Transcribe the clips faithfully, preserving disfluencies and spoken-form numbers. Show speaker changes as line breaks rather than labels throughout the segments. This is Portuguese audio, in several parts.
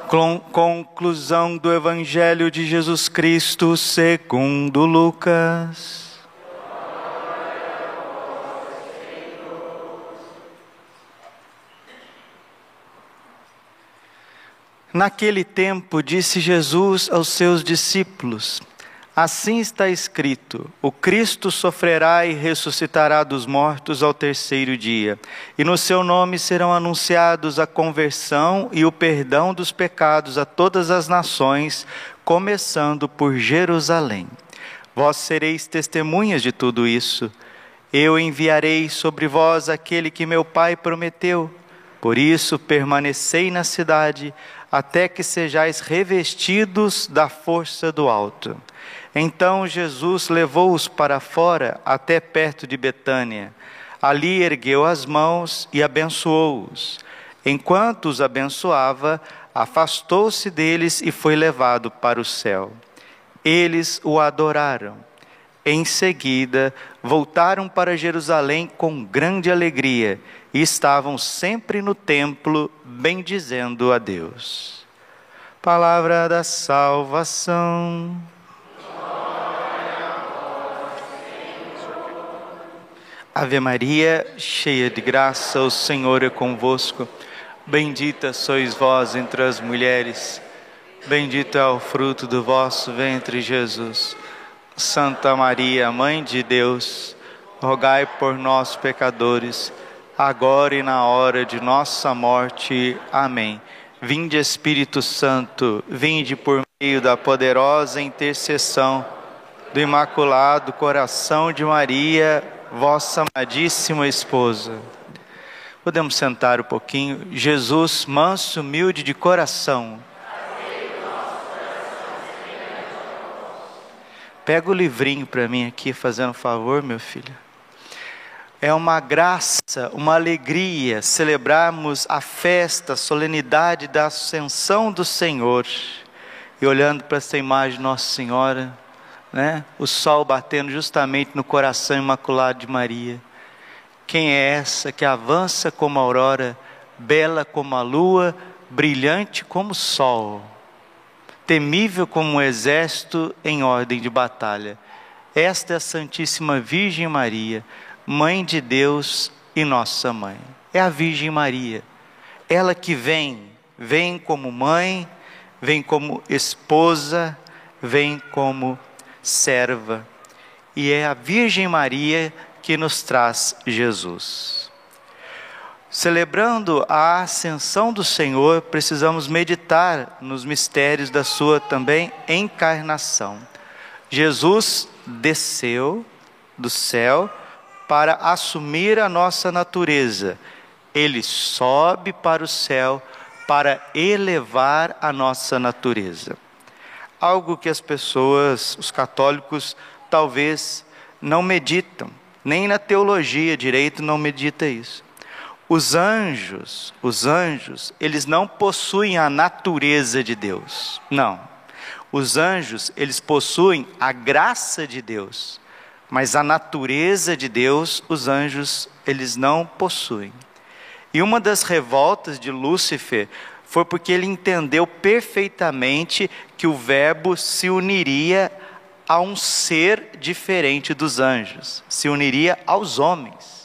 Con- conclusão do Evangelho de Jesus Cristo segundo Lucas. Naquele tempo disse Jesus aos seus discípulos: assim está escrito, o Cristo sofrerá e ressuscitará dos mortos ao terceiro dia, e no seu nome serão anunciados a conversão e o perdão dos pecados a todas as nações, começando por Jerusalém. Vós sereis testemunhas de tudo isso. Eu enviarei sobre vós aquele que meu Pai prometeu. Por isso permanecei na cidade, até que sejais revestidos da força do alto. Então Jesus levou-os para fora, até perto de Betânia. Ali ergueu as mãos e abençoou-os. Enquanto os abençoava, afastou-se deles e foi levado para o céu. Eles o adoraram. Em seguida, voltaram para Jerusalém com grande alegria e estavam sempre no templo, bendizendo a Deus. Palavra da salvação. Ave Maria, cheia de graça, o Senhor é convosco. Bendita sois vós entre as mulheres. Bendito é o fruto do vosso ventre, Jesus. Santa Maria, Mãe de Deus, rogai por nós, pecadores, agora e na hora de nossa morte. Amém. Vinde, Espírito Santo, vinde por meio da poderosa intercessão do Imaculado Coração de Maria, vossa amadíssima esposa. Podemos sentar um pouquinho. Jesus, manso, humilde de coração. Pega o livrinho para mim aqui, fazendo um favor, meu filho. É uma graça, uma alegria celebrarmos a festa, a solenidade da Ascensão do Senhor. E olhando para essa imagem de Nossa Senhora, né? O sol batendo justamente no coração imaculado de Maria. Quem é essa que avança como a aurora, bela como a lua, brilhante como o sol, temível como um exército em ordem de batalha? Esta é a Santíssima Virgem Maria, Mãe de Deus e nossa Mãe. É a Virgem Maria, ela que vem, vem como mãe, vem como esposa, vem como serva. E é a Virgem Maria que nos traz Jesus. Celebrando a ascensão do Senhor, precisamos meditar nos mistérios da sua também encarnação. Jesus desceu do céu para assumir a nossa natureza. Ele sobe para o céu para elevar a nossa natureza. Algo que as pessoas, os católicos, talvez não meditam, nem na teologia direito não medita isso. Os anjos, os anjos, eles não possuem a natureza de Deus, não. Os anjos, eles possuem a graça de Deus, mas a natureza de Deus, os anjos, eles não possuem. E uma das revoltas de Lúcifer foi porque ele entendeu perfeitamente que o verbo se uniria a um ser diferente dos anjos, se uniria aos homens.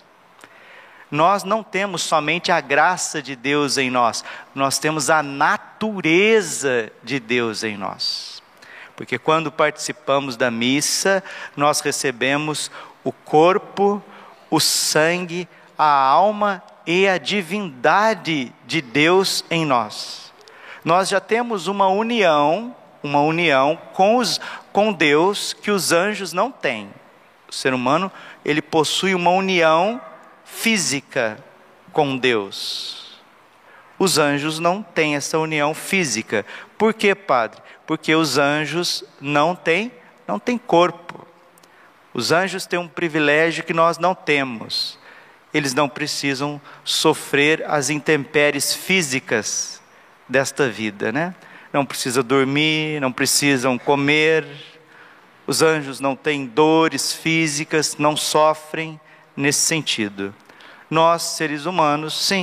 Nós não temos somente a graça de Deus em nós, nós temos a natureza de Deus em nós. Porque quando participamos da missa, nós recebemos o corpo, o sangue, a alma e a divindade de Deus em nós. Nós já temos uma união, uma união com, os, com Deus que os anjos não têm. O ser humano, ele possui uma união física com Deus. Os anjos não têm essa união física. Por quê, padre? Porque os anjos não têm, não têm corpo. Os anjos têm um privilégio que nós não temos. Eles não precisam sofrer as intempéries físicas desta vida, né? Não precisam dormir, não precisam comer. Os anjos não têm dores físicas, não sofrem nesse sentido. Nós, seres humanos, sim,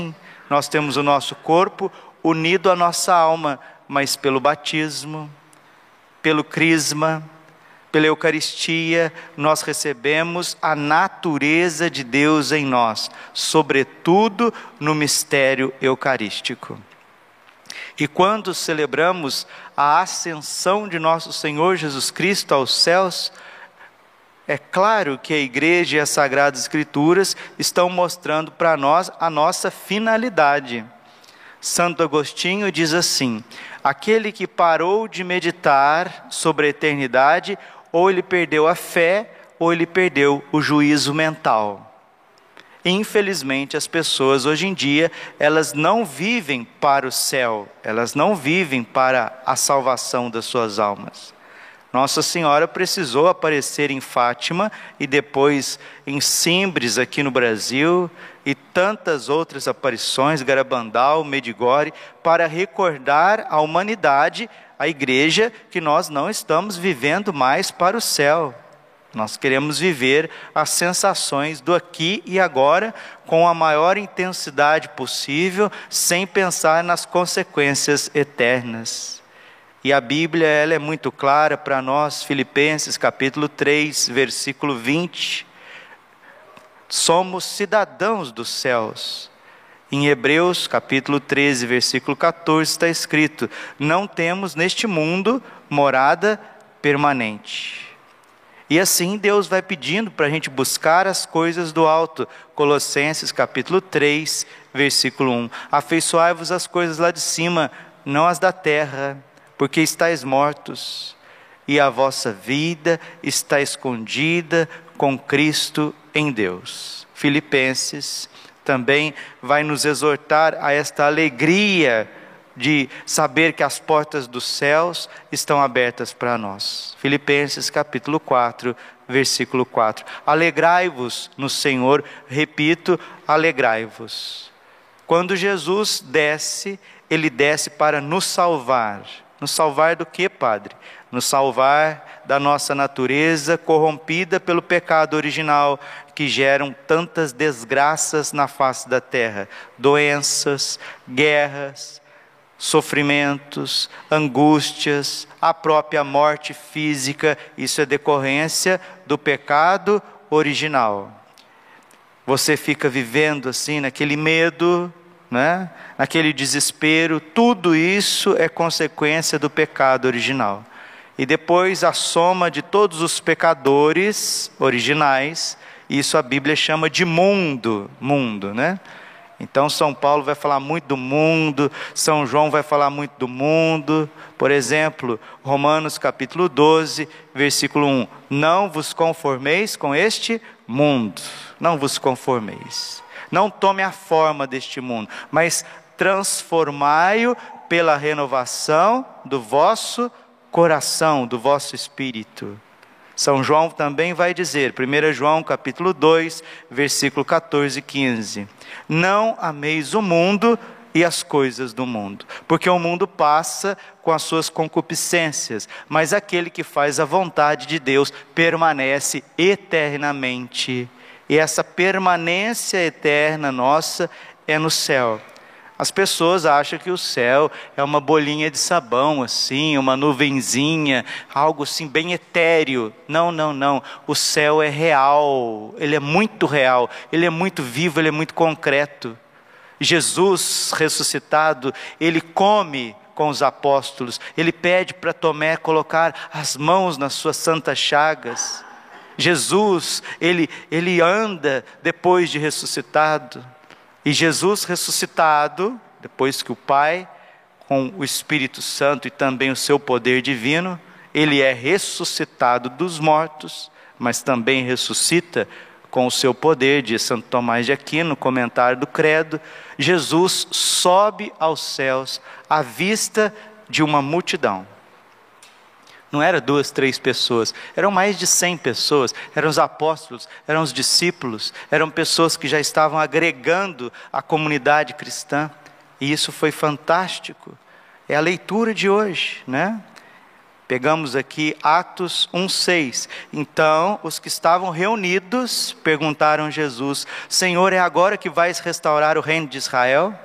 nós temos o nosso corpo unido à nossa alma, mas pelo batismo, pelo crisma, pela Eucaristia, nós recebemos a natureza de Deus em nós, sobretudo no mistério eucarístico. E quando celebramos a ascensão de nosso Senhor Jesus Cristo aos céus, é claro que a Igreja e as Sagradas Escrituras estão mostrando para nós a nossa finalidade. Santo Agostinho diz assim: aquele que parou de meditar sobre a eternidade, ou ele perdeu a fé, ou ele perdeu o juízo mental. Infelizmente, as pessoas hoje em dia, elas não vivem para o céu, elas não vivem para a salvação das suas almas. Nossa Senhora precisou aparecer em Fátima e depois em Simbres aqui no Brasil e tantas outras aparições, Garabandal, Medjugorje, para recordar à humanidade, à Igreja, que nós não estamos vivendo mais para o céu. Nós queremos viver as sensações do aqui e agora com a maior intensidade possível, sem pensar nas consequências eternas. E a Bíblia, ela é muito clara para nós, Filipenses capítulo três, versículo vinte. Somos cidadãos dos céus. Em Hebreus capítulo treze, versículo quatorze, está escrito: não temos neste mundo morada permanente. E assim Deus vai pedindo para a gente buscar as coisas do alto. Colossenses capítulo três, versículo um. Afeiçoai-vos as coisas lá de cima, não as da terra, porque estáis mortos, e a vossa vida está escondida com Cristo em Deus. Filipenses também vai nos exortar a esta alegria de saber que as portas dos céus estão abertas para nós. Filipenses capítulo quatro, versículo quatro. Alegrai-vos no Senhor, repito, alegrai-vos. Quando Jesus desce, Ele desce para nos salvar. Nos salvar do que, Padre? Nos salvar da nossa natureza corrompida pelo pecado original, que geram tantas desgraças na face da terra. Doenças, guerras, sofrimentos, angústias, a própria morte física. Isso é decorrência do pecado original. Você fica vivendo assim, naquele medo, né? Naquele desespero. Tudo isso é consequência do pecado original. E depois a soma de todos os pecadores originais, isso a Bíblia chama de mundo, mundo, né? Então São Paulo vai falar muito do mundo, São João vai falar muito do mundo. Por exemplo, Romanos capítulo doze, versículo um. Não vos conformeis com este mundo, não vos conformeis. Não tome a forma deste mundo, mas transformai-o pela renovação do vosso coração, do vosso espírito. São João também vai dizer, primeiro João capítulo dois, versículo quatorze e quinze. Não ameis o mundo e as coisas do mundo, porque o mundo passa com as suas concupiscências, mas aquele que faz a vontade de Deus permanece eternamente. E essa permanência eterna nossa é no céu. As pessoas acham que o céu é uma bolinha de sabão, assim, uma nuvenzinha, algo assim bem etéreo. Não, não, não. O céu é real, ele é muito real, ele é muito vivo, ele é muito concreto. Jesus ressuscitado, ele come com os apóstolos, ele pede para Tomé colocar as mãos nas suas santas chagas. Jesus, ele, ele anda depois de ressuscitado. E Jesus ressuscitado, depois que o Pai, com o Espírito Santo e também o seu poder divino, ele é ressuscitado dos mortos, mas também ressuscita com o seu poder, diz Santo Tomás de Aquino, no comentário do Credo. Jesus sobe aos céus à vista de uma multidão. Não eram duas, três pessoas, eram mais de cem pessoas, eram os apóstolos, eram os discípulos, eram pessoas que já estavam agregando a comunidade cristã, e isso foi fantástico. É a leitura de hoje, né? Pegamos aqui Atos um, seis. Então, os que estavam reunidos perguntaram a Jesus: Senhor, é agora que vais restaurar o reino de Israel?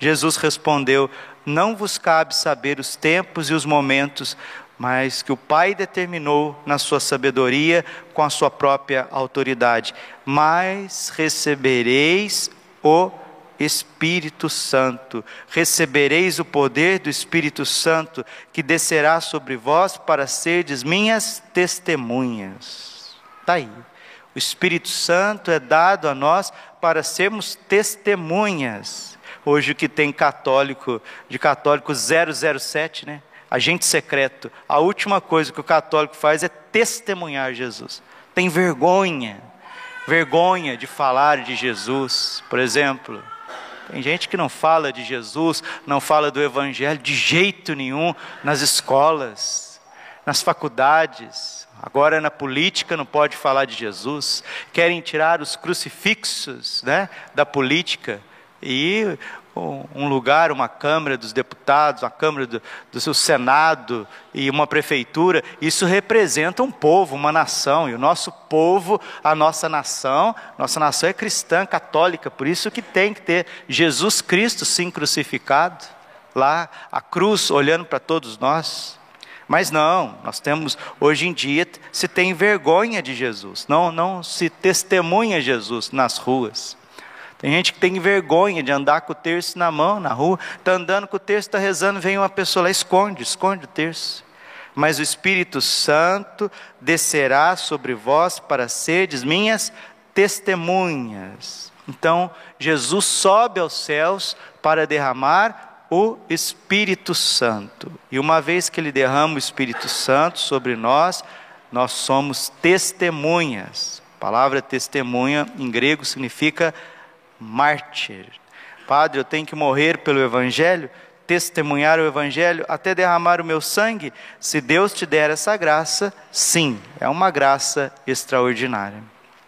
Jesus respondeu: não vos cabe saber os tempos e os momentos, mas que o Pai determinou na sua sabedoria, com a sua própria autoridade. Mas recebereis o Espírito Santo, recebereis o poder do Espírito Santo, que descerá sobre vós para serdes minhas testemunhas. Está aí. O Espírito Santo é dado a nós para sermos testemunhas. Hoje o que tem católico, de católico zero zero sete, né? Agente secreto. A última coisa que o católico faz é testemunhar Jesus. Tem vergonha, vergonha de falar de Jesus. Por exemplo, tem gente que não fala de Jesus, não fala do Evangelho de jeito nenhum nas escolas, nas faculdades. Agora na política não pode falar de Jesus. Querem tirar os crucifixos, né, da política. E um lugar, uma Câmara dos Deputados, uma Câmara do, do seu Senado e uma prefeitura, isso representa um povo, uma nação. E o nosso povo, a nossa nação, nossa nação é cristã, católica, por isso que tem que ter Jesus Cristo sim crucificado, lá a cruz olhando para todos nós. Mas não, nós temos, hoje em dia, se tem vergonha de Jesus, não, não se testemunha Jesus nas ruas. Tem gente que tem vergonha de andar com o terço na mão, na rua, está andando com o terço, está rezando, vem uma pessoa lá, esconde, esconde o terço. Mas o Espírito Santo descerá sobre vós para serdes minhas testemunhas. Então, Jesus sobe aos céus para derramar o Espírito Santo. E uma vez que Ele derrama o Espírito Santo sobre nós, nós somos testemunhas. A palavra testemunha, em grego, significa mártir. Padre, eu tenho que morrer pelo Evangelho, testemunhar o Evangelho, até derramar o meu sangue? Se Deus te der essa graça, sim, é uma graça extraordinária.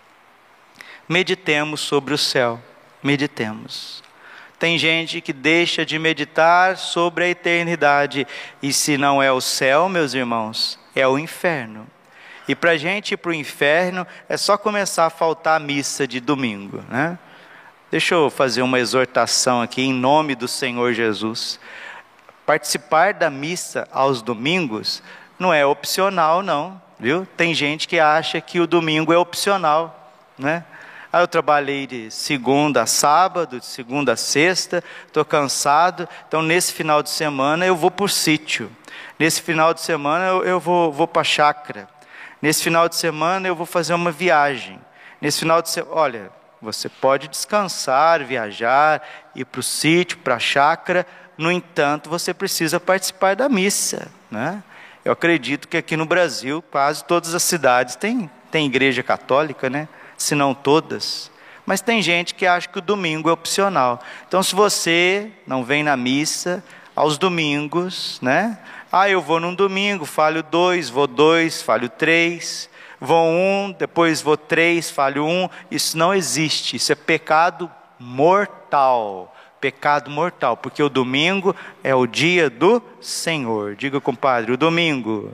Meditemos sobre o céu, meditemos. Tem gente que deixa de meditar sobre a eternidade, e se não é o céu, meus irmãos, é o inferno. E para a gente ir para o inferno, é só começar a faltar a missa de domingo, né? Deixa eu fazer uma exortação aqui em nome do Senhor Jesus. Participar da missa aos domingos não é opcional não, viu? Tem gente que acha que o domingo é opcional, né? Ah, eu trabalhei de segunda a sábado, de segunda a sexta, estou cansado, então nesse final de semana eu vou para o sítio. Nesse final de semana eu, eu vou, vou para a chácara. Nesse final de semana eu vou fazer uma viagem. Nesse final de semana, olha... Você pode descansar, viajar, ir para o sítio, para a chácara. No entanto, você precisa participar da missa, né? Eu acredito que aqui no Brasil, quase todas as cidades têm, têm igreja católica, né? Se não todas. Mas tem gente que acha que o domingo é opcional. Então, se você não vem na missa aos domingos, né? Ah, eu vou num domingo, falho dois, vou dois, falho três... Vou um, depois vou três, falho um. Isso não existe, isso é pecado mortal. Pecado mortal, porque o domingo é o dia do Senhor. Diga, compadre, o domingo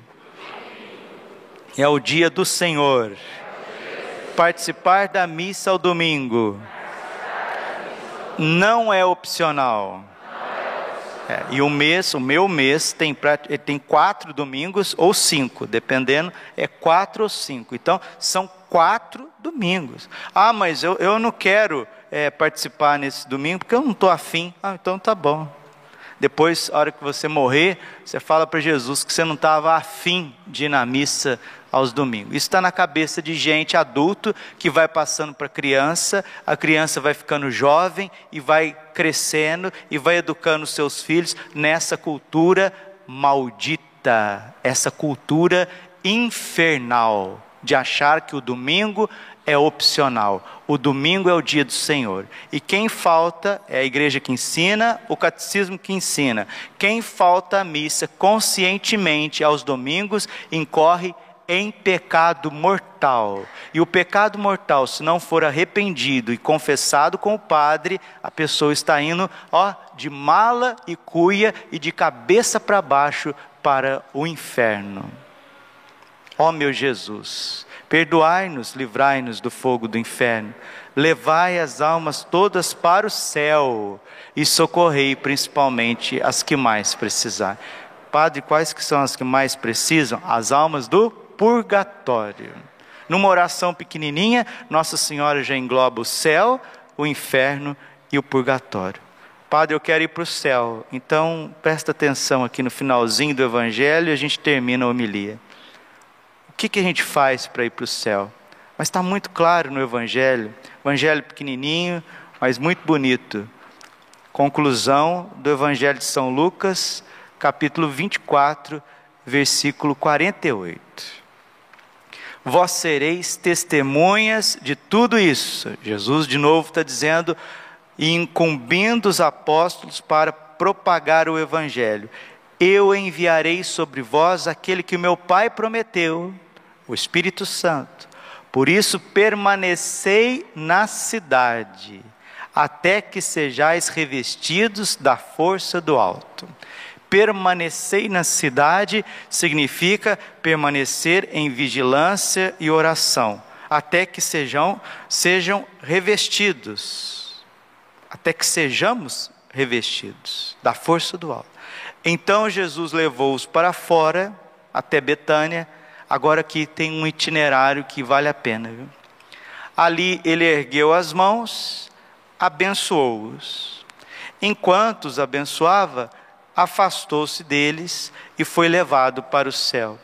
é o dia do Senhor. Participar da missa ao domingo não é opcional. É, e o mês, o meu mês tem, tem quatro domingos ou cinco, dependendo, é quatro ou cinco. Então, são quatro domingos. Ah, mas eu, eu não quero é, participar nesse domingo porque eu não estou afim. Ah, então tá bom. Depois, a hora que você morrer, você fala para Jesus que você não estava afim de ir na missa aos domingos. Isso está na cabeça de gente adulto que vai passando para criança, a criança vai ficando jovem e vai crescendo e vai educando seus filhos nessa cultura maldita, essa cultura infernal de achar que o domingo é opcional. O domingo é o dia do Senhor. E quem falta é a igreja que ensina, o catecismo que ensina. Quem falta à missa conscientemente aos domingos incorre em pecado mortal. E o pecado mortal, se não for arrependido e confessado com o padre, a pessoa está indo, ó, de mala e cuia e de cabeça para baixo para o inferno. Ó meu Jesus, perdoai-nos, livrai-nos do fogo do inferno, levai as almas todas para o céu e socorrei principalmente as que mais precisarem. Padre, quais que são as que mais precisam? As almas do purgatório. Numa oração pequenininha, Nossa Senhora já engloba o céu, o inferno e o purgatório. Padre, eu quero ir para o céu. Então, presta atenção aqui no finalzinho do Evangelho e a gente termina a homilia. O que, que a gente faz para ir para o céu? Mas está muito claro no Evangelho. Evangelho pequenininho, mas muito bonito. Conclusão do Evangelho de São Lucas, capítulo vinte e quatro, versículo quarenta e oito. Vós sereis testemunhas de tudo isso. Jesus de novo está dizendo, e incumbindo os apóstolos para propagar o Evangelho. Eu enviarei sobre vós aquele que o meu Pai prometeu, o Espírito Santo. Por isso permanecei na cidade, até que sejais revestidos da força do alto. Permanecei na cidade significa permanecer em vigilância e oração, até que sejam, sejam revestidos, até que sejamos revestidos da força do alto. Então Jesus levou-os para fora, até Betânia. Agora aqui tem um itinerário que vale a pena, viu? Ali ele ergueu as mãos, abençoou-os. Enquanto os abençoava, afastou-se deles e foi levado para o céu.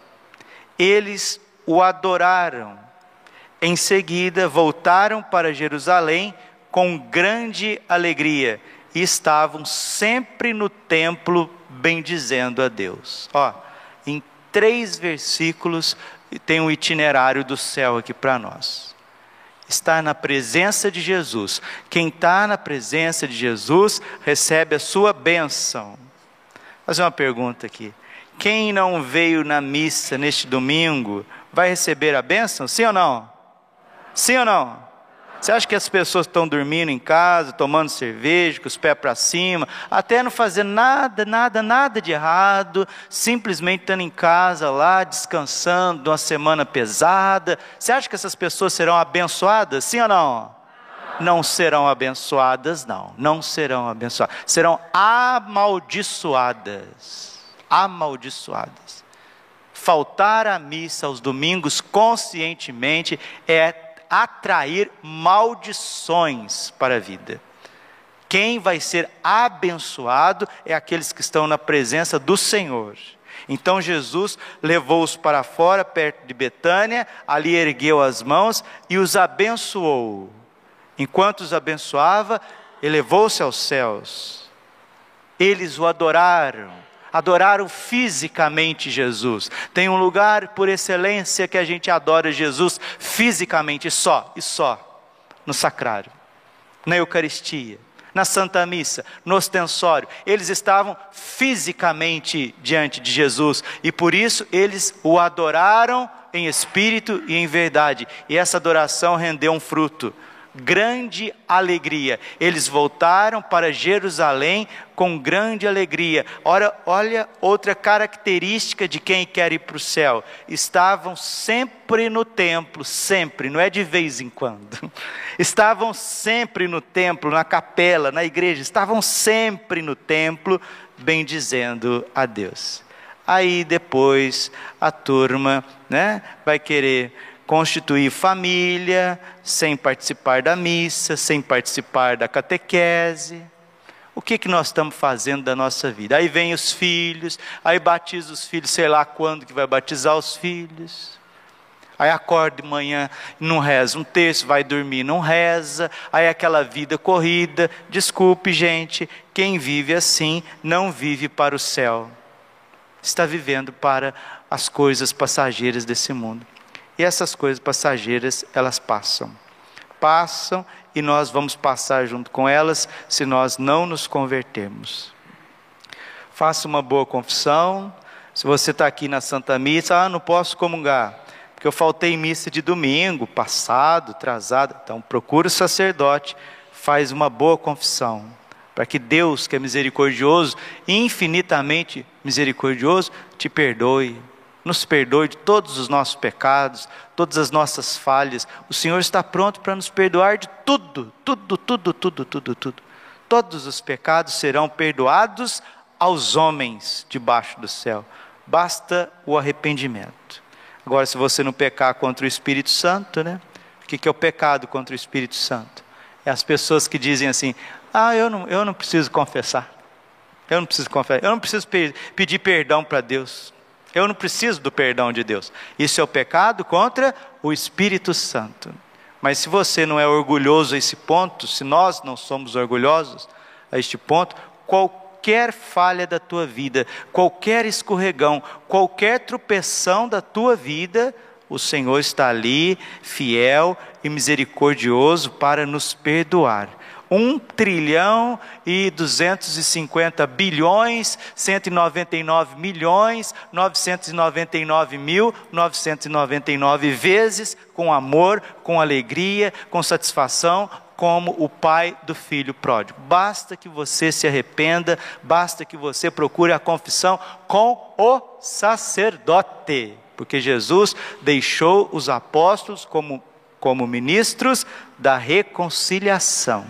Eles o adoraram. Em seguida, voltaram para Jerusalém com grande alegria e estavam sempre no templo bendizendo a Deus. Ó, em três versículos tem um itinerário do céu aqui para nós. Está na presença de Jesus. Quem está na presença de Jesus recebe a sua bênção. Vou fazer uma pergunta aqui. Quem não veio na missa neste domingo vai receber a bênção? Sim ou não? Sim ou não? Você acha que as pessoas estão dormindo em casa, tomando cerveja, com os pés para cima, até não fazendo nada, nada, nada de errado, simplesmente estando em casa lá, descansando de uma semana pesada? Você acha que essas pessoas serão abençoadas? Sim ou não? Não serão abençoadas, não. Não serão abençoadas. Serão amaldiçoadas. Amaldiçoadas. Faltar à missa aos domingos conscientemente é atrair maldições para a vida. Quem vai ser abençoado é aqueles que estão na presença do Senhor. Então Jesus levou-os para fora, perto de Betânia, ali ergueu as mãos e os abençoou. Enquanto os abençoava, elevou-se aos céus. Eles o adoraram, adoraram fisicamente Jesus. Tem um lugar por excelência que a gente adora Jesus fisicamente, e só, e só, no sacrário, na Eucaristia, na Santa Missa, no ostensório. Eles estavam fisicamente diante de Jesus, e por isso eles o adoraram em espírito e em verdade, e essa adoração rendeu um fruto. Grande alegria. Eles voltaram para Jerusalém com grande alegria. Ora, olha outra característica de quem quer ir para o céu. Estavam sempre no templo, sempre, não é de vez em quando. Estavam sempre no templo, na capela, na igreja. Estavam sempre no templo, bendizendo a Deus. Aí depois a turma, né, vai querer constituir família, sem participar da missa, sem participar da catequese. O que, que nós estamos fazendo da nossa vida? Aí vem os filhos, aí batiza os filhos, sei lá quando que vai batizar os filhos. Aí acorda de manhã, não reza um terço, vai dormir, não reza. Aí aquela vida corrida. Desculpe, gente, quem vive assim não vive para o céu. Está vivendo para as coisas passageiras desse mundo. E essas coisas passageiras, elas passam. Passam e nós vamos passar junto com elas se nós não nos convertermos. Faça uma boa confissão. Se você está aqui na Santa Missa, ah, não posso comungar, porque eu faltei missa de domingo, passado, atrasado. Então procura o sacerdote, faz uma boa confissão, para que Deus, que é misericordioso, infinitamente misericordioso, te perdoe. nos perdoe de todos os nossos pecados, todas as nossas falhas. O Senhor está pronto para nos perdoar de tudo, tudo, tudo, tudo, tudo, tudo. Todos os pecados serão perdoados aos homens debaixo do céu. Basta o arrependimento. Agora, se você não pecar contra o Espírito Santo, né? O que é o pecado contra o Espírito Santo? É as pessoas que dizem assim: ah, eu não, eu não preciso confessar. Eu não preciso confessar. Eu não preciso pe- pedir perdão para Deus. Eu não preciso do perdão de Deus. Isso é o pecado contra o Espírito Santo. Mas se você não é orgulhoso a esse ponto, se nós não somos orgulhosos a este ponto, qualquer falha da tua vida, qualquer escorregão, qualquer tropeção da tua vida, o Senhor está ali, fiel e misericordioso para nos perdoar. Um trilhão e duzentos e cinquenta bilhões, cento e noventa e nove milhões, novecentos e noventa e nove mil, novecentos e noventa e nove vezes, com amor, com alegria, com satisfação, como o pai do filho pródigo. Basta que você se arrependa, basta que você procure a confissão com o sacerdote, porque Jesus deixou os apóstolos como, como ministros da reconciliação.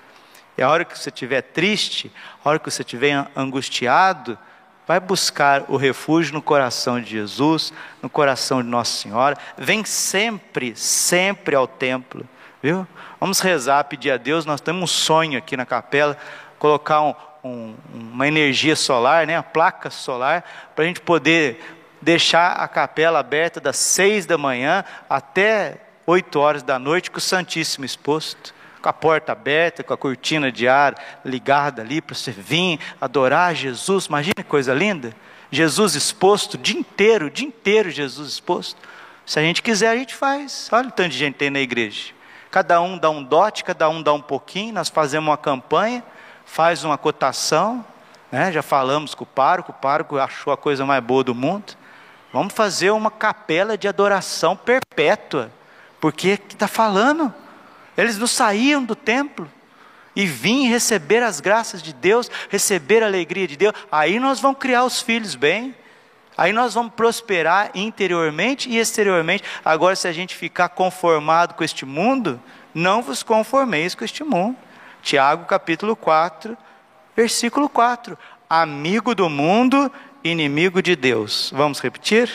E a hora que você estiver triste, a hora que você estiver angustiado, vai buscar o refúgio no coração de Jesus, no coração de Nossa Senhora. Vem sempre, sempre ao templo, viu? Vamos rezar, pedir a Deus. Nós temos um sonho aqui na capela, colocar um, um, uma energia solar, né? A placa solar, para a gente poder deixar a capela aberta das seis da manhã até oito horas da noite, com o Santíssimo exposto, com a porta aberta, com a cortina de ar ligada ali, para você vir adorar Jesus. Imagina que coisa linda, Jesus exposto o dia inteiro, o dia inteiro Jesus exposto. Se a gente quiser, a gente faz. Olha o tanto de gente tem na igreja, cada um dá um dote, cada um dá um pouquinho. Nós fazemos uma campanha, faz uma cotação, né? Já falamos com o pároco, o pároco achou a coisa mais boa do mundo. Vamos fazer uma capela de adoração perpétua, porque que está falando? Eles não saíam do templo e vinham receber as graças de Deus, receber a alegria de Deus. Aí nós vamos criar os filhos bem, aí nós vamos prosperar interiormente e exteriormente. Agora, se a gente ficar conformado com este mundo, não vos conformeis com este mundo. Tiago capítulo quatro, versículo quatro. Amigo do mundo, inimigo de Deus. Vamos repetir?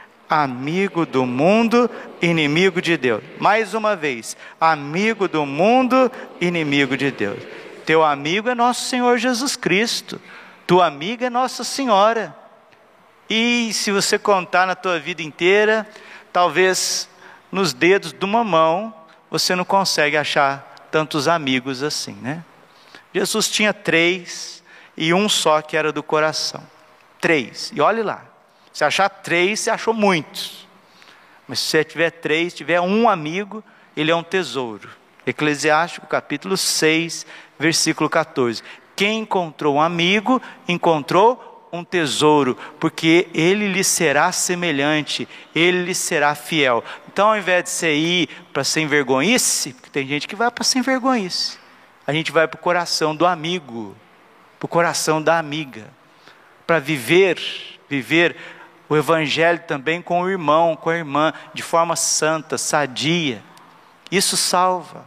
Amigo do mundo, inimigo de Deus. Mais uma vez, amigo do mundo, inimigo de Deus. Teu amigo é nosso Senhor Jesus Cristo, tua amiga é Nossa Senhora. E se você contar na tua vida inteira, talvez nos dedos de uma mão, você não consegue achar tantos amigos assim, né? Jesus tinha três, e um só que era do coração. Três, e olhe lá. Se achar três, você achou muitos. Mas se você tiver três, tiver um amigo, ele é um tesouro. Eclesiástico capítulo seis, versículo quatorze. Quem encontrou um amigo, encontrou um tesouro, porque ele lhe será semelhante, ele lhe será fiel. Então, ao invés de você ir para sem vergonhice, porque tem gente que vai para sem vergonhice, a gente vai para o coração do amigo, para o coração da amiga, para viver, viver o evangelho também com o irmão, com a irmã, de forma santa, sadia. Isso salva.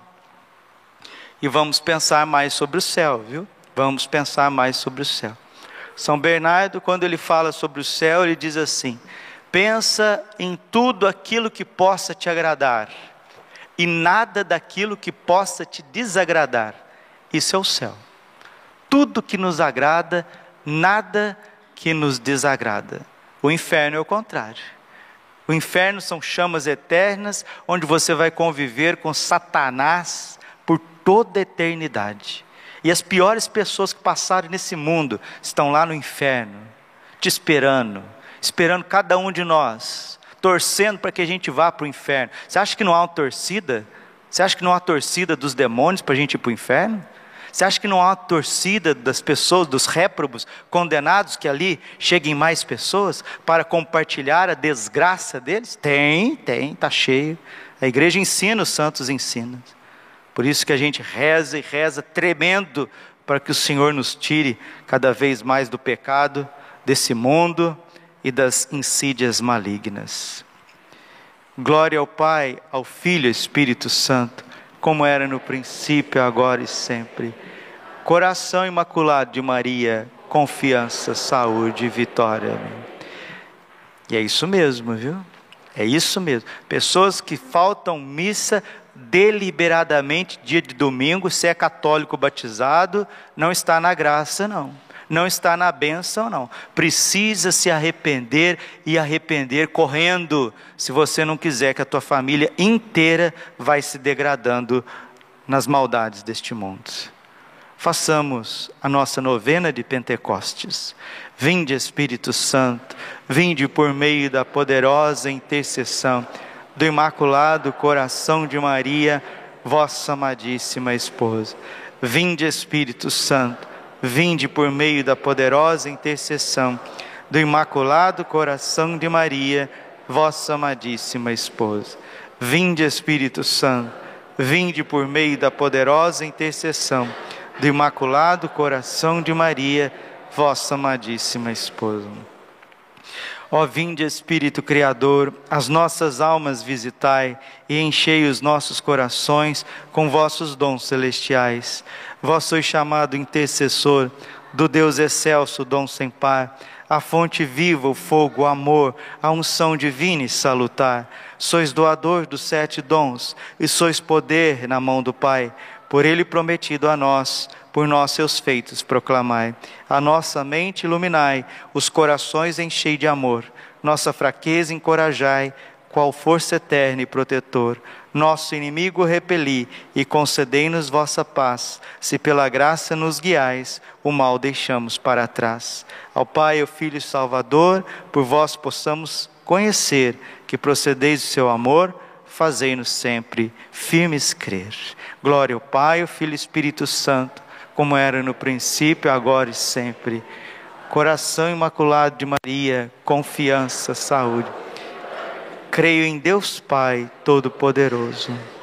E vamos pensar mais sobre o céu, viu? Vamos pensar mais sobre o céu. São Bernardo, quando ele fala sobre o céu, ele diz assim: pensa em tudo aquilo que possa te agradar, e nada daquilo que possa te desagradar. Isso é o céu. Tudo que nos agrada, nada que nos desagrada. O inferno é o contrário. O inferno são chamas eternas, onde você vai conviver com Satanás por toda a eternidade. E as piores pessoas que passaram nesse mundo estão lá no inferno, te esperando, esperando cada um de nós, torcendo para que a gente vá para o inferno. Você acha que não há uma torcida? Você acha que não há torcida dos demônios para a gente ir para o inferno? Você acha que não há uma torcida das pessoas, dos réprobos, condenados, que ali cheguem mais pessoas para compartilhar a desgraça deles? Tem, tem, está cheio. A igreja ensina, os santos ensinam. Por isso que a gente reza e reza tremendo para que o Senhor nos tire cada vez mais do pecado, desse mundo, e das insídias malignas. Glória ao Pai, ao Filho e ao Espírito Santo, como era no princípio, agora e sempre. Coração imaculado de Maria, confiança, saúde e vitória. Amém. E é isso mesmo, viu? É isso mesmo. Pessoas que faltam missa deliberadamente dia de domingo, se é católico batizado, não está na graça, não. Não está na bênção, não. Precisa se arrepender e arrepender correndo, se você não quiser que a tua família inteira vai se degradando nas maldades deste mundo. Façamos a nossa novena de Pentecostes. Vinde, Espírito Santo, vinde por meio da poderosa intercessão do Imaculado Coração de Maria, vossa amadíssima esposa. Vinde, Espírito Santo, vinde por meio da poderosa intercessão do Imaculado Coração de Maria, vossa amadíssima esposa. Vinde, Espírito Santo, vinde por meio da poderosa intercessão do Imaculado Coração de Maria, vossa amadíssima esposa. Ó vinde, Espírito Criador, as nossas almas visitai e enchei os nossos corações com vossos dons celestiais. Vós sois chamado intercessor do Deus excelso, dom sem par, a fonte viva, o fogo, o amor, a unção divina e salutar. Sois doador dos sete dons e sois poder na mão do Pai. Por ele prometido a nós, por nós seus feitos proclamai. A nossa mente iluminai, os corações enchei de amor. Nossa fraqueza encorajai, qual força eterna e protetor. Nosso inimigo repeli e concedei-nos vossa paz. Se pela graça nos guiais, o mal deixamos para trás. Ao Pai, ao Filho e Salvador, por vós possamos conhecer que procedeis do seu amor, fazei-nos sempre firmes crer. Glória ao Pai, ao Filho e ao Espírito Santo, como era no princípio, agora e sempre. Coração imaculado de Maria, confiança, saúde. Creio em Deus Pai Todo-Poderoso,